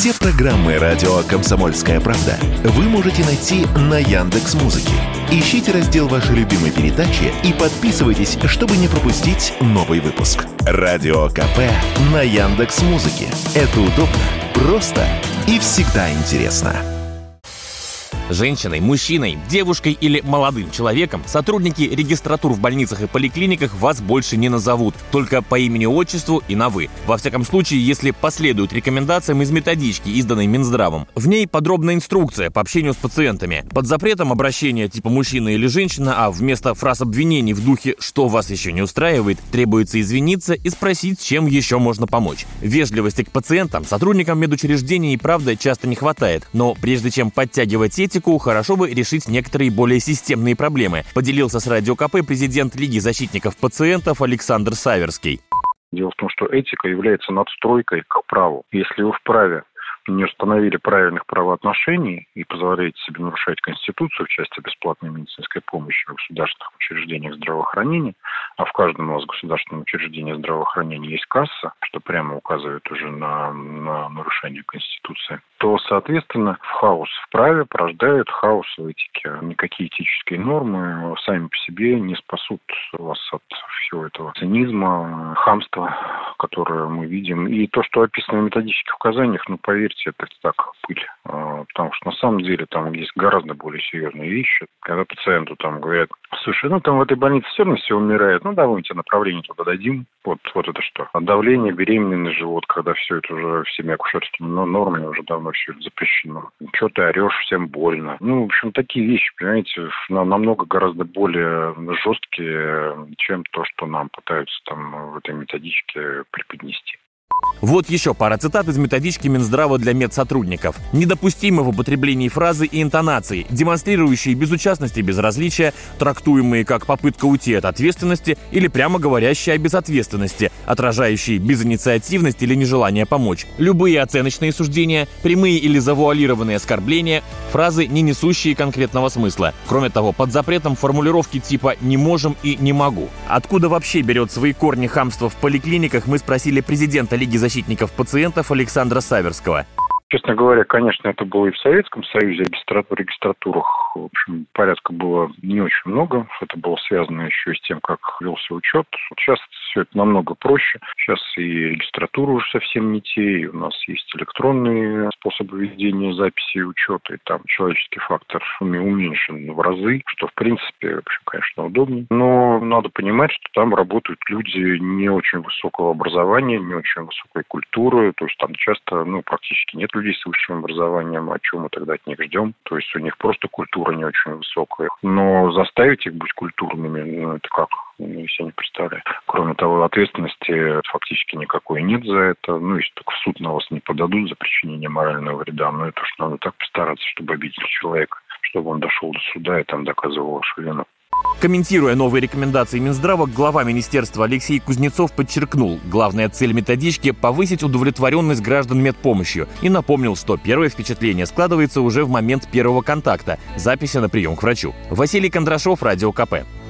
Все программы радио «Комсомольская правда» вы можете найти на Яндекс.Музыке. Ищите раздел вашей любимой передачи и подписывайтесь, чтобы не пропустить новый выпуск. Радио КП на Яндекс.Музыке. Это удобно, просто и всегда интересно. Женщиной, мужчиной, девушкой или молодым человеком сотрудники регистратур в больницах и поликлиниках вас больше не назовут, только по имени-отчеству и на «вы». Во всяком случае, если последуют рекомендациям из методички, изданной Минздравом. В ней подробная инструкция по общению с пациентами. Под запретом обращения типа мужчина или женщина, а вместо фраз обвинений в духе «что вас еще не устраивает», требуется извиниться и спросить, чем еще можно помочь. Вежливости к пациентам сотрудникам медучреждений и правда часто не хватает, но прежде чем подтягивать этику, хорошо бы решить некоторые более системные проблемы, поделился с Радио КП президент Лиги защитников пациентов Александр Саверский. Дело в том, что этика является надстройкой к праву. Если вы в праве не установили правильных правоотношений и позволяете себе нарушать Конституцию в части бесплатной медицинской помощи в государственных учреждениях здравоохранения, а в каждом у вас государственном учреждении здравоохранения есть касса, что прямо указывает уже на нарушение Конституции, то, соответственно, хаос в праве порождает хаос в этике. Никакие этические нормы сами по себе не спасут вас от всего этого цинизма, хамства, которое мы видим. И то, что описано в методических указаниях, поверьте, это так, пыль. Потому что на самом деле там есть гораздо более серьезные вещи. Когда пациенту там говорят: слушай, там в этой больнице все равно все умирает, давай мы тебе направление туда дадим. Вот это что? Давление, беременный на живот, когда все это уже всеми акушерскими нормами уже давно все это запрещено. Что ты орешь, всем больно. В общем, такие вещи, понимаете, намного гораздо более жесткие, чем то, что нам пытаются там в этой методичке преподнести. Вот еще пара цитат из методички Минздрава для медсотрудников. Недопустимо в употреблении фразы и интонации, демонстрирующие безучастность и безразличие, трактуемые как попытка уйти от ответственности или прямо говорящие о безответственности, отражающие безинициативность или нежелание помочь. Любые оценочные суждения, прямые или завуалированные оскорбления, фразы, не несущие конкретного смысла. Кроме того, под запретом формулировки типа «не можем» и «не могу». Откуда вообще берет свои корни хамство в поликлиниках, мы спросили президента Лиги защитников пациентов Александра Саверского. Честно говоря, конечно, это было и в Советском Союзе, в регистратурах, в общем, порядка было не очень много. Это было связано еще и с тем, как велся учет. Сейчас все это намного проще. Сейчас и регистратура уже совсем не те, и у нас есть электронные способы ведения записи и учета, и там человеческий фактор уменьшен в разы, что, в принципе, конечно, удобнее. Но надо понимать, что там работают люди не очень высокого образования, не очень высокой культуры, то есть там часто, практически нет людей с высшим образованием, о чем мы тогда от них ждем. То есть у них просто культура не очень высокая. Но заставить их быть культурными, это как? Я себе не представляю. Кроме того, ответственности фактически никакой нет за это. Если только в суд на вас не подадут за причинение морального вреда, но это уж надо так постараться, чтобы обидеть человека, чтобы он дошел до суда и там доказывал вашу вину. Комментируя новые рекомендации Минздрава, глава министерства Алексей Кузнецов подчеркнул, главная цель методички – повысить удовлетворенность граждан медпомощью, и напомнил, что первое впечатление складывается уже в момент первого контакта – записи на прием к врачу. Василий Кондрашов, Радио КП.